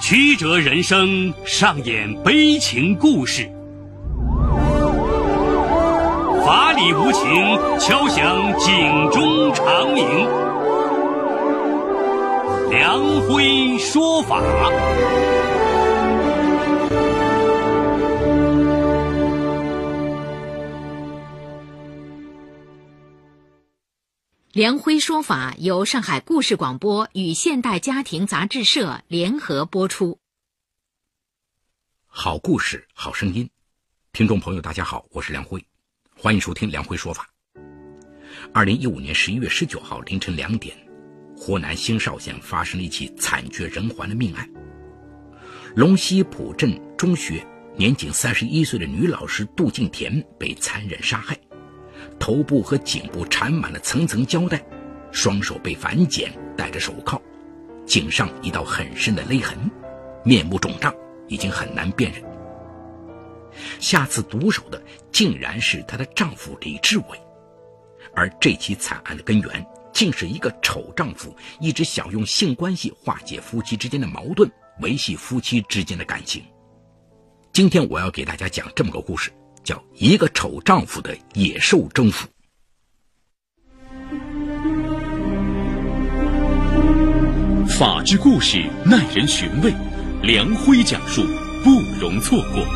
曲折人生上演悲情故事，法理无情敲响警钟长鸣。梁辉说法。 梁辉说法由上海故事广播与现代家庭杂志社联合播出。 好故事，好声音。听众朋友大家好，我是梁辉，欢迎收听梁辉说法。2015年11月19号凌晨2点，湖南兴邵县发生了一起惨绝人寰的命案。龙溪浦镇中学年仅31岁的女老师杜敬田被残忍杀害，头部和颈部缠满了层层胶带，双手被反剪，戴着手铐，颈上一道很深的勒痕，面目肿胀，已经很难辨认。下次毒手的竟然是她的丈夫李志伟，而这起惨案的根源竟是一个丑丈夫一直想用性关系化解夫妻之间的矛盾，维系夫妻之间的感情。今天我要给大家讲这么个故事，叫一个丑丈夫的野兽征服。 法治故事耐人寻味，梁辉讲述不容错过。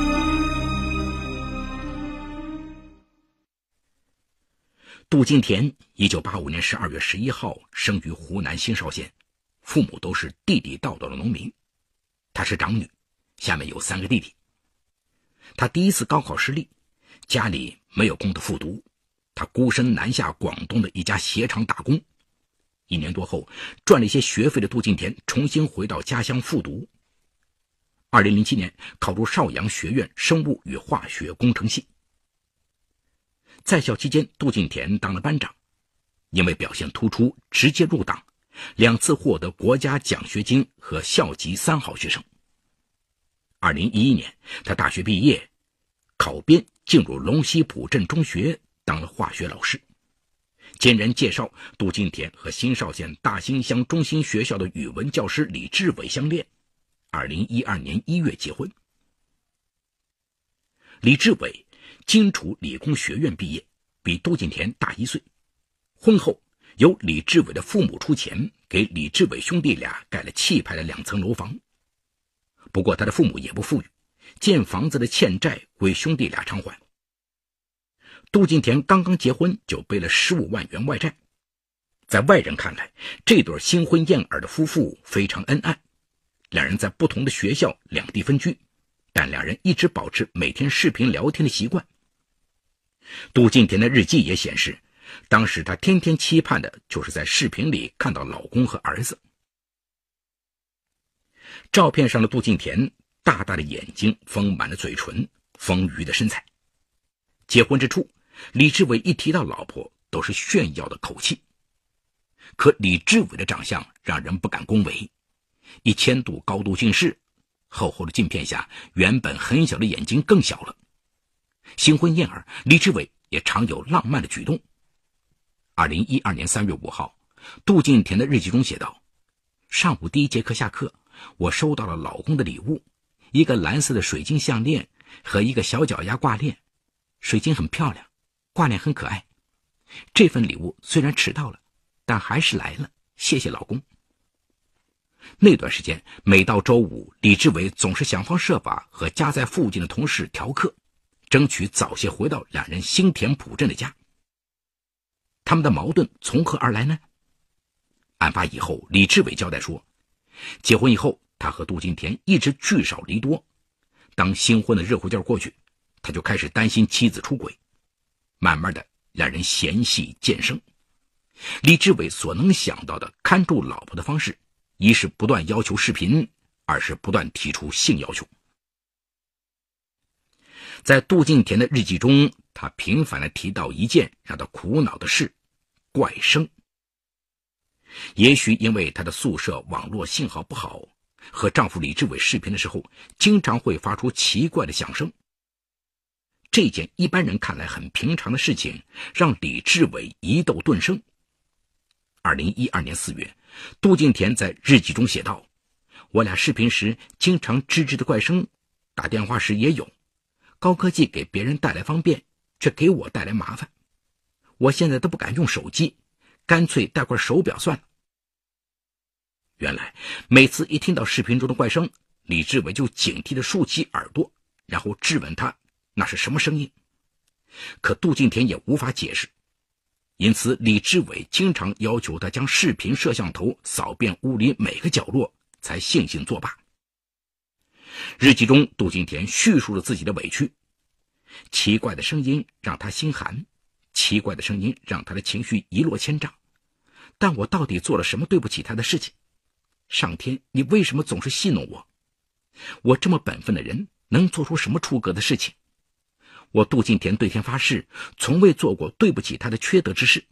杜敬田1985年12月11号生于湖南兴邵县，父母都是地地道道的农民，她是长女，下面有3个弟弟。她第一次高考失利，家里没有供她复读，她孤身南下广东的一家鞋厂打工。1年多后，赚了一些学费的杜敬田重新回到家乡复读。2007年考入邵阳学院生物与化学工程系。在校期间，杜敬田当了班长，因为表现突出，直接入党，2次获得国家奖学金和校级3好学生。2011年，他大学毕业，考编进入龙溪浦镇中学当了化学老师。经人介绍，杜敬田和兴邵县大兴乡中心学校的语文教师李志伟相恋，2012年1月结婚。李志伟荆楚理工学院毕业，比杜敬田大1岁。婚后由李志伟的父母出钱给李志伟兄弟俩盖了气派的2层楼房。不过他的父母也不富裕，建房子的欠债归兄弟俩偿还。杜敬田刚刚结婚就背了15万元外债。在外人看来，这对新婚燕尔的夫妇非常恩爱。两人在不同的学校2地分居，但两人一直保持每天视频聊天的习惯。杜敬田的日记也显示，当时她天天期盼的就是在视频里看到老公和儿子。照片上的杜敬田，大大的眼睛，丰满的嘴唇，丰腴的身材。结婚之初，李志伟一提到老婆都是炫耀的口气。可李志伟的长相让人不敢恭维，1000度高度近视，厚厚的镜片下，原本很小的眼睛更小了。新婚燕尔，李志伟也常有浪漫的举动。2012年3月5号，杜敬田的日记中写道：上午第1节课下课，我收到了老公的礼物，一个蓝色的水晶项链和一个小脚丫挂链，水晶很漂亮，挂链很可爱。这份礼物虽然迟到了，但还是来了，谢谢老公。那段时间，每到周五，李志伟总是想方设法和家在附近的同事调课，争取早些回到两人兴田浦镇的家。他们的矛盾从何而来呢？案发以后，李志伟交代说，结婚以后，他和杜敬田一直聚少离多。当新婚的热乎劲儿过去，他就开始担心妻子出轨。慢慢的，两人嫌隙渐生。李志伟所能想到的看住老婆的方式，一是不断要求视频，二是不断提出性要求。在杜敬田的日记中，他频繁地提到一件让他苦恼的事：怪声。也许因为她的宿舍网络信号不好，和丈夫李志伟视频的时候，经常会发出奇怪的响声。这件一般人看来很平常的事情，让李志伟疑窦顿生。2012年4月，杜敬田在日记中写道： 我俩视频时经常吱吱的怪声，打电话时也有。高科技给别人带来方便，却给我带来麻烦。我现在都不敢用手机，干脆带块手表算了。原来每次一听到视频中的怪声，李志伟就警惕地竖起耳朵，然后质问他那是什么声音。可杜敬田也无法解释，因此李志伟经常要求他将视频摄像头扫遍屋里每个角落，才悻悻作罢。日记中，杜敬田叙述了自己的委屈。奇怪的声音让他心寒，奇怪的声音让他的情绪一落千丈。但我到底做了什么对不起他的事情？上天，你为什么总是戏弄我？我这么本分的人，能做出什么出格的事情？我杜敬田对天发誓，从未做过对不起他的缺德之事。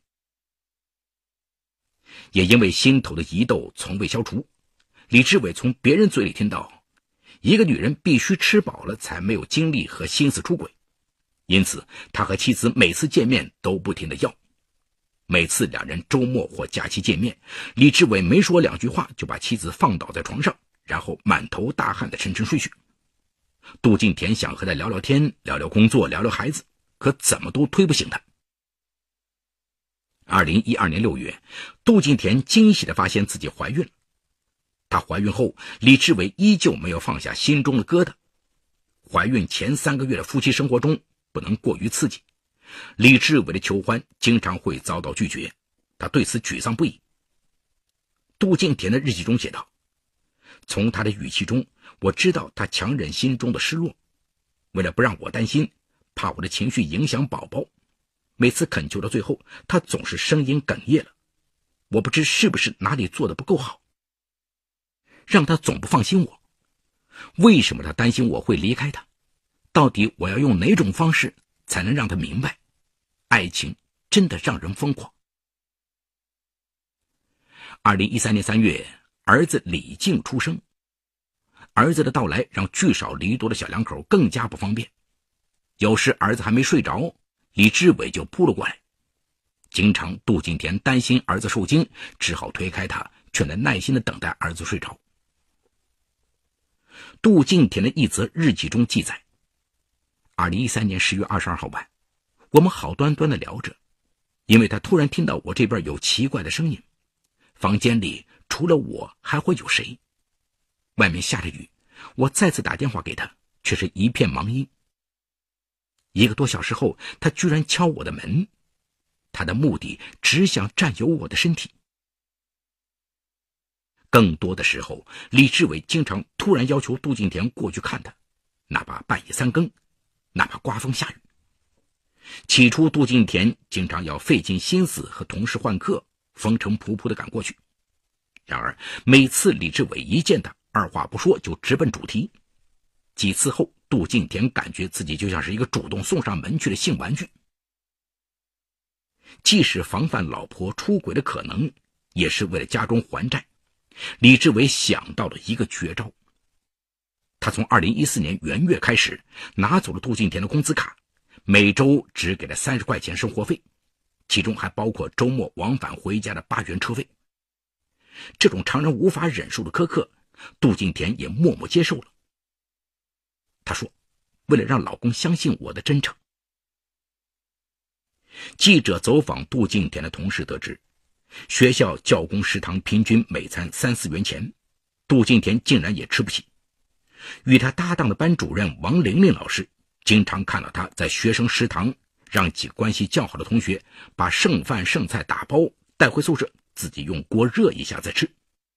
也因为心头的疑窦从未消除，李志伟从别人嘴里听到，一个女人必须吃饱了才没有精力和心思出轨，因此他和妻子每次见面都不停地要。每次两人周末或假期见面，李志伟没说两句话就把妻子放倒在床上，然后满头大汗地沉沉睡去。杜敬田想和他聊聊天，聊聊工作，聊聊孩子，可怎么都推不醒他。2012年6月，杜敬田惊喜地发现自己怀孕了。她怀孕后，李志伟依旧没有放下心中的疙瘩。怀孕前3个月的夫妻生活中不能过于刺激，李志伟的求欢经常会遭到拒绝，他对此沮丧不已。杜敬田的日记中写道，从他的语气中，我知道他强忍心中的失落，为了不让我担心，怕我的情绪影响宝宝，每次恳求到最后，他总是声音哽咽了。我不知是不是哪里做得不够好，让他总不放心我。为什么他担心我会离开他？到底我要用哪种方式才能让他明白，爱情真的让人疯狂。2013年3月，儿子李静出生。儿子的到来让聚少离多的小两口更加不方便。有时儿子还没睡着，李志伟就扑了过来。经常杜敬田担心儿子受惊，只好推开他，却能耐心地等待儿子睡着。杜敬田的一则日记中记载，2013年10月22号晚，我们好端端地聊着，因为他突然听到我这边有奇怪的声音，房间里除了我还会有谁？外面下着雨，我再次打电话给他，却是一片忙音。1个多小时后，他居然敲我的门，他的目的只想占有我的身体。更多的时候，李志伟经常突然要求杜敬田过去看他，哪怕半夜3更，哪怕刮风下雨。起初杜敬田经常要费尽心思和同事换课，风尘仆仆地赶过去。然而每次李志伟一见他，二话不说就直奔主题。几次后，杜敬田感觉自己就像是一个主动送上门去的性玩具。既是防范老婆出轨的可能，也是为了家中还债，李志伟想到了一个绝招。他从2014年元月开始拿走了杜敬田的工资卡，每周只给了30块钱生活费，其中还包括周末往返回家的8元车费。这种常人无法忍受的苛刻，杜敬田也默默接受了。他说，为了让老公相信我的真诚。记者走访杜敬田的同事得知，学校教工食堂平均每餐3、4元钱，杜敬田竟然也吃不起。与他搭档的班主任王玲玲老师经常看到他在学生食堂让几个关系较好的同学把剩饭剩菜打包带回宿舍，自己用锅热一下再吃。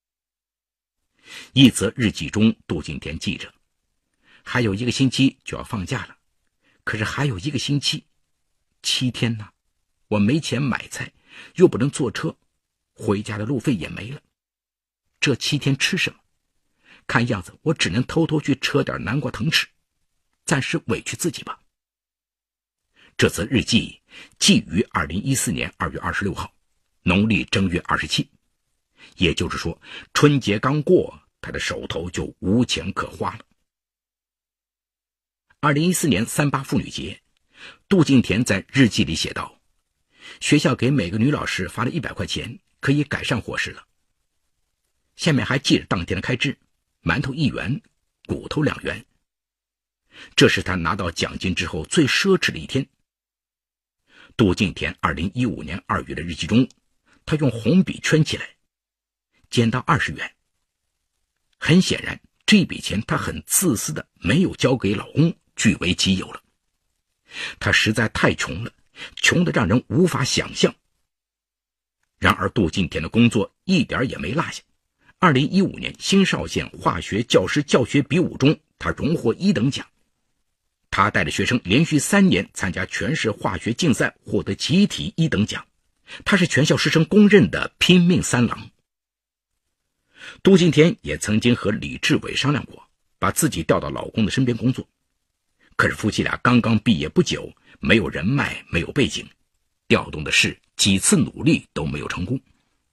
一则日记中，杜敬田记着，还有1个星期就要放假了，可是还有1个星期，7天呢，我没钱买菜，又不能坐车，回家的路费也没了，这7天吃什么？看样子我只能偷偷去扯点南瓜藤吃，暂时委屈自己吧。这则日记记于2014年2月26号，农历正月27，也就是说，春节刚过，他的手头就无钱可花了。2014年38妇女节，杜敬田在日记里写道，学校给每个女老师发了100块钱，可以改善伙食了。下面还记着当天的开支， 馒头1元，骨头2元。这是他拿到奖金之后最奢侈的一天。杜敬田2015年2月的日记中，他用红笔圈起来，捡到20元。很显然，这笔钱他很自私的没有交给老公，据为己有了。他实在太穷了，穷得让人无法想象。然而杜敬田的工作一点也没落下。2015年新邵县化学教师教学比武中，他荣获1等奖。他带着学生连续3年参加全市化学竞赛，获得集体1等奖。他是全校师生公认的拼命3郎。杜敬田也曾经和李志伟商量过，把自己调到老公的身边工作。可是夫妻俩刚刚毕业不久，没有人脉，没有背景，调动的事几次努力都没有成功。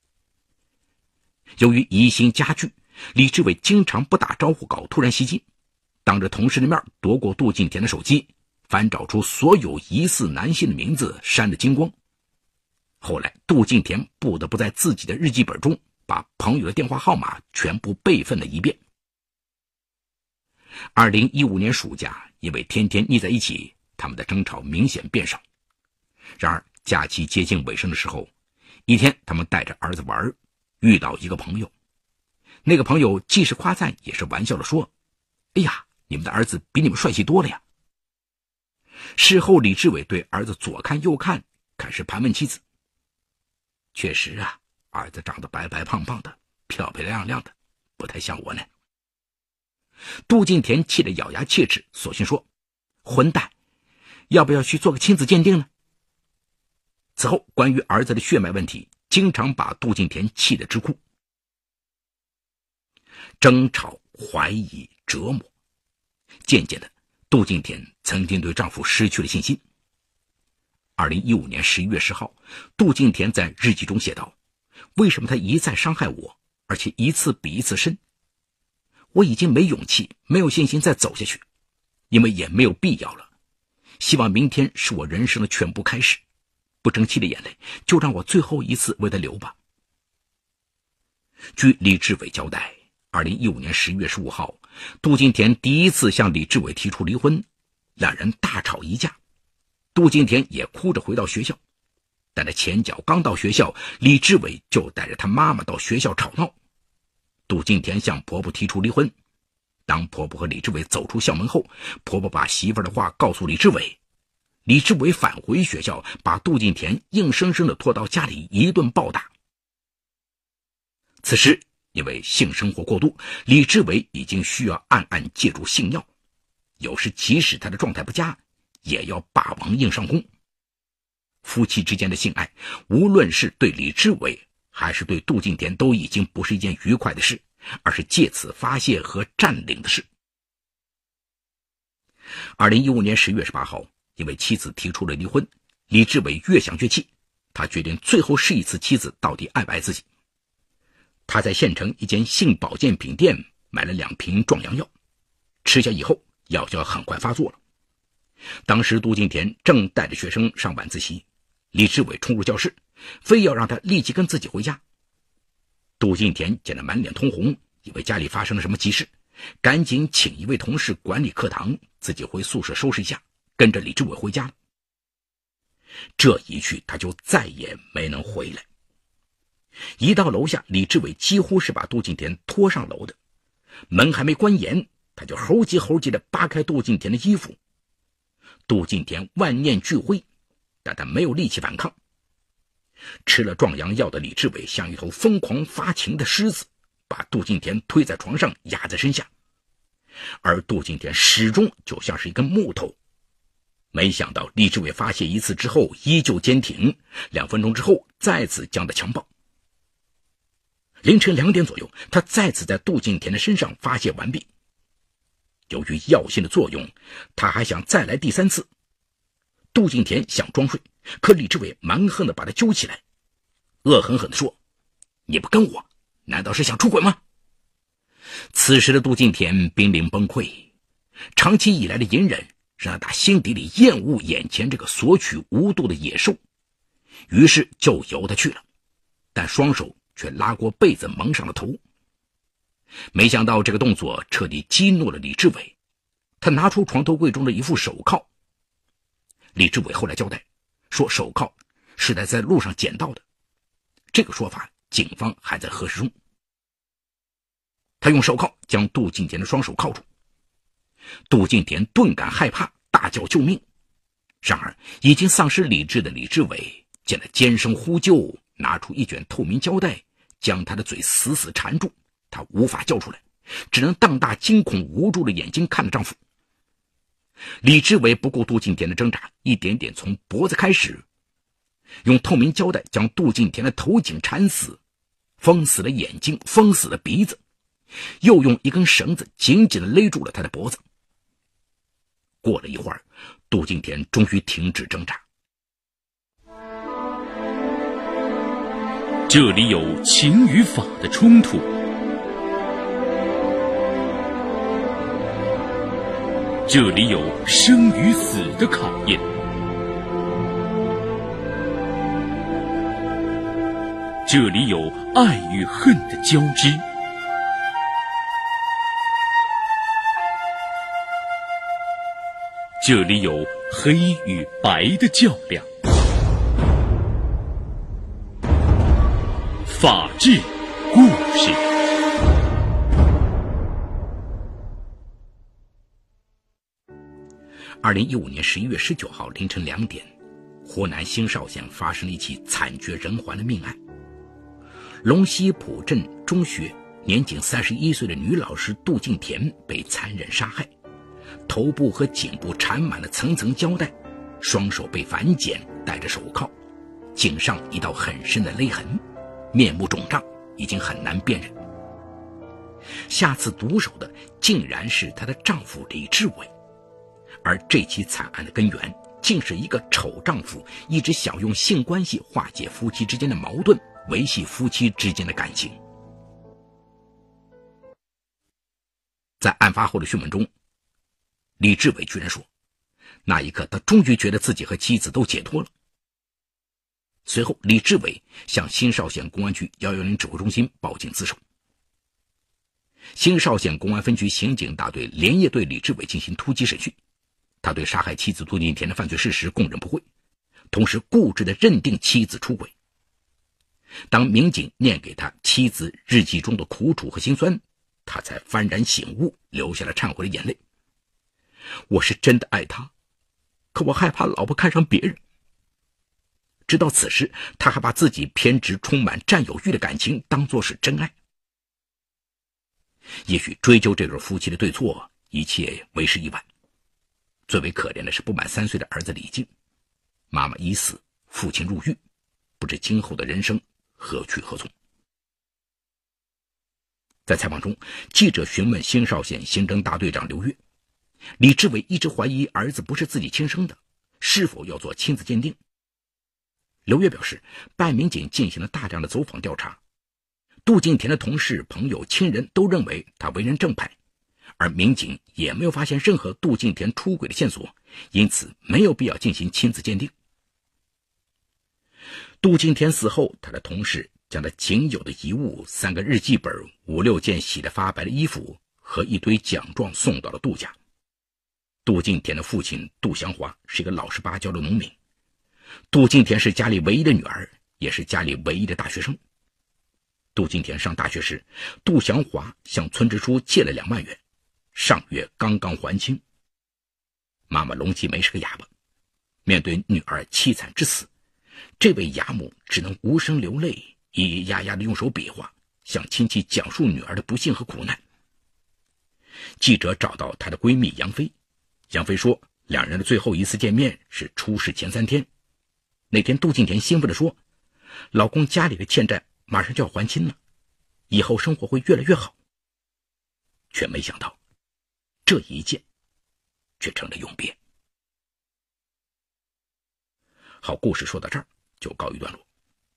由于疑心加剧，李志伟经常不打招呼搞突然袭击，当着同事的面夺过杜敬田的手机，翻找出所有疑似男性的名字，删得精光。后来杜敬田不得不在自己的日记本中把朋友的电话号码全部备份了一遍。2015年暑假，因为天天腻在一起，他们的争吵明显变少。然而假期接近尾声的时候，一天他们带着儿子玩，遇到一个朋友。那个朋友既是夸赞也是玩笑地说：“哎呀，你们的儿子比你们帅气多了呀。”事后李志伟对儿子左看右看，开始盘问妻子。确实啊，儿子长得白白胖胖的，漂漂亮亮的，不太像我呢。杜敬田气得咬牙切齿，索性说：“混蛋，要不要去做个亲子鉴定呢？”此后关于儿子的血脉问题，经常把杜敬田气得直哭。争吵、怀疑、折磨，渐渐的，杜敬田曾经对丈夫失去了信心。2015年11月10号，杜敬田在日记中写道：“为什么他一再伤害我，而且一次比一次深？我已经没勇气，没有信心再走下去，因为也没有必要了。希望明天是我人生的全部开始，不争气的眼泪就让我最后一次为他流吧。”据李志伟交代，2015年11月15号，杜敬田第一次向李志伟提出离婚，两人大吵一架。杜敬田也哭着回到学校，但他前脚刚到学校，李志伟就带着他妈妈到学校吵闹。杜敬田向婆婆提出离婚。当婆婆和李志伟走出校门后，婆婆把媳妇儿的话告诉李志伟。李志伟返回学校，把杜敬田硬生生地拖到家里一顿暴打。此时因为性生活过度，李志伟已经需要暗暗借助性药，有时即使他的状态不佳，也要霸王硬上弓。夫妻之间的性爱，无论是对李志伟还是对杜敬田，都已经不是一件愉快的事，而是借此发泄和占领的事。2015年10月18号，因为妻子提出了离婚，李志伟越想越气，他决定最后试一次妻子到底爱不爱自己。他在县城一间性保健品店买了2瓶壮阳药，吃下以后药效很快发作了。当时杜敬田正带着学生上晚自习，李志伟冲入教室，非要让他立即跟自己回家。杜敬田见得满脸通红，以为家里发生了什么急事，赶紧请一位同事管理课堂，自己回宿舍收拾一下，跟着李志伟回家了。这一去他就再也没能回来。一到楼下，李志伟几乎是把杜敬田拖上楼的，门还没关严，他就猴急猴急地扒开杜敬田的衣服。杜敬田万念俱灰，但他没有力气反抗。吃了壮阳药的李志伟像一头疯狂发情的狮子，把杜敬田推在床上，压在身下，而杜敬田始终就像是一根木头。没想到李志伟发泄一次之后依旧坚挺，2分钟之后再次将他强暴。凌晨2点左右，他再次在杜敬田的身上发泄完毕。由于药性的作用，他还想再来第3次。杜敬田想装睡，可李志伟蛮横地把他揪起来，恶狠狠地说：“你不跟我，难道是想出轨吗？”此时的杜敬田濒临崩溃，长期以来的隐忍让他打心底里厌恶眼前这个索取无度的野兽，于是就由他去了，但双手却拉过被子蒙上了头。 没想到这个动作彻底激怒了李志伟，他拿出床头柜中的一副手铐。李志伟后来交代说，手铐是他在路上捡到的，这个说法警方还在核实中。他用手铐将杜敬田的双手铐住，杜敬田顿感害怕，大叫救命。然而已经丧失理智的李志伟见了尖声呼救，拿出一卷透明胶带将他的嘴死死缠住，他无法叫出来，只能瞪大惊恐无助的眼睛看着丈夫。李志伟不顾杜敬田的挣扎，一点点从脖子开始，用透明胶带将杜敬田的头颈缠死，封死了眼睛，封死了鼻子，又用一根绳子紧紧地勒住了他的脖子。过了一会儿，杜敬田终于停止挣扎。 这里有情与法的冲突，这里有生与死的考验，这里有爱与恨的交织，这里有黑与白的较量。法治故事。 2015年11月19号凌晨2点，湖南兴邵县发生了一起惨绝人寰的命案。龙溪浦镇中学年仅31岁的女老师杜敬田被残忍杀害，头部和颈部缠满了层层胶带，双手被反剪，戴着手铐，颈上一道很深的勒痕，面目肿胀，已经很难辨认。下次毒手的竟然是她的丈夫李志伟，而这起惨案的根源竟是一个丑丈夫一直想用性关系化解夫妻之间的矛盾，维系夫妻之间的感情。在案发后的讯问中，李志伟居然说，那一刻他终于觉得自己和妻子都解脱了。随后李志伟向新邵县公安局110指挥中心报警自首。新邵县公安分局刑警大队连夜对李志伟进行突击审讯，他对杀害妻子杜敬田的犯罪事实供认不讳，同时固执地认定妻子出轨。当民警念给他妻子日记中的苦楚和心酸，他才幡然醒悟，流下了忏悔的眼泪。我是真的爱他，可我害怕老婆看上别人。直到此时，他还把自己偏执充满占有欲的感情当作是真爱。也许追究这对夫妻的对错，一切为时已晚。最为可怜的是不满3岁的儿子李静，妈妈已死，父亲入狱，不知今后的人生何去何从。在采访中，记者询问兴邵县刑侦大队长刘跃，李志伟一直怀疑儿子不是自己亲生的，是否要做亲子鉴定。刘跃表示，办案民警进行了大量的走访调查，杜敬田的同事、朋友、亲人都认为他为人正派，而民警也没有发现任何杜敬田出轨的线索，因此没有必要进行亲子鉴定。杜敬田死后，他的同事将他仅有的遗物3个日记本、5、6件洗得发白的衣服和一堆奖状送到了杜家。杜敬田的父亲杜祥华是一个老实巴交的农民，杜敬田是家里唯一的女儿，也是家里唯一的大学生。杜敬田上大学时，杜祥华向村支书借了2万元，上月刚刚还清。妈妈龙继梅是个哑巴，面对女儿凄惨之死，这位哑母只能无声流泪，咿咿呀呀地用手比划，向亲戚讲述女儿的不幸和苦难。记者找到她的闺蜜杨飞，杨飞说2人的最后一次见面是出事前3天。那天杜敬田兴奋地说，老公家里的欠债马上就要还清了，以后生活会越来越好。却没想到这一见却成了永别。好，故事说到这儿就告一段落。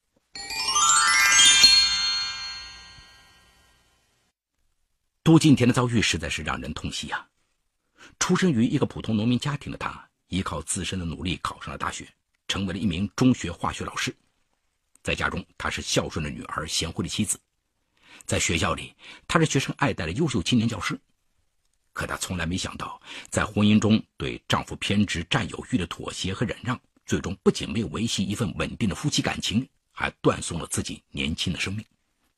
杜敬田的遭遇实在是让人痛惜啊！出生于一个普通农民家庭的他，依靠自身的努力考上了大学，成为了一名中学化学老师。在家中，他是孝顺的女儿，贤惠的妻子。 在学校里，他是学生爱戴的优秀青年教师。可她从来没想到，在婚姻中对丈夫偏执占有欲的妥协和忍让，最终不仅没有维系一份稳定的夫妻感情，还断送了自己年轻的生命。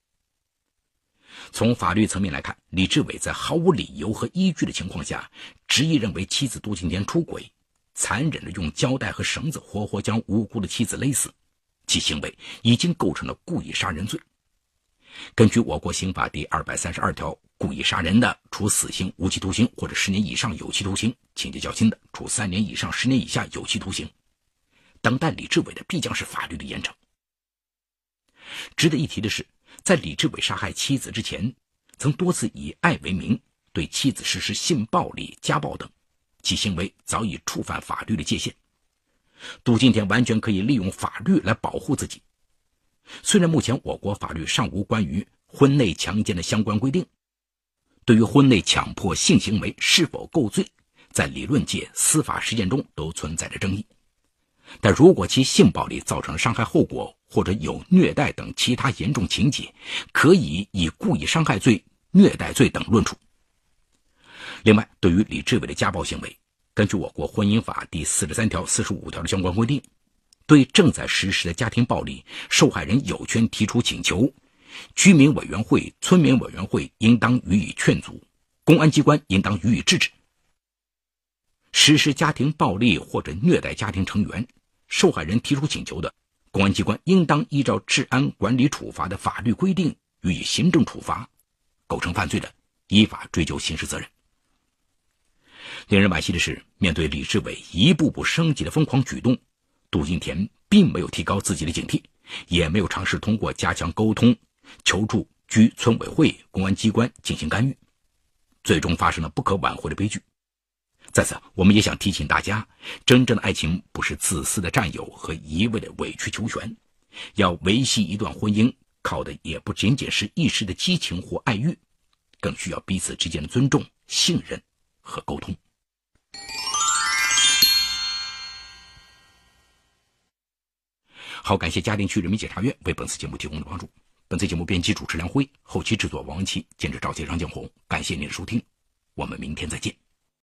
从法律层面来看，李志伟在毫无理由和依据的情况下，执意认为妻子杜敬田出轨，残忍地用胶带和绳子活活将无辜的妻子勒死，其行为已经构成了故意杀人罪。根据我国刑法第232条，故意杀人的，处死刑、无期徒刑或者10年以上有期徒刑；情节较轻的，处3年以上10年以下有期徒刑。等待李志伟的必将是法律的严惩。值得一提的是，在李志伟杀害妻子之前，曾多次以爱为名对妻子实施性暴力、家暴等，其行为早已触犯法律的界限。杜敬田完全可以利用法律来保护自己。虽然目前我国法律尚无关于婚内强奸的相关规定，对于婚内强迫性行为是否构罪，在理论界、司法实践中都存在着争议。但如果其性暴力造成伤害后果，或者有虐待等其他严重情节，可以以故意伤害罪、虐待罪等论处。另外，对于李志伟的家暴行为，根据我国婚姻法第43条、45条的相关规定，对正在实施的家庭暴力，受害人有权提出请求，居民委员会、村民委员会应当予以劝阻，公安机关应当予以制止。实施家庭暴力或者虐待家庭成员，受害人提出请求的，公安机关应当依照治安管理处罚的法律规定予以行政处罚，构成犯罪的，依法追究刑事责任。令人惋惜的是，面对李志伟一步步升级的疯狂举动，杜敬田并没有提高自己的警惕，也没有尝试通过加强沟通、求助居村委会、公安机关进行干预，最终发生了不可挽回的悲剧。在此，我们也想提醒大家，真正的爱情不是自私的占有和一味的委曲求全，要维系一段婚姻，靠的也不仅仅是一时的激情或爱欲，更需要彼此之间的尊重、信任和沟通。好，感谢嘉定区人民检察院为本次节目提供的帮助。本次节目编辑主持梁辉，后期制作王文琪，监制赵杰、张建红。感谢您的收听，我们明天再见。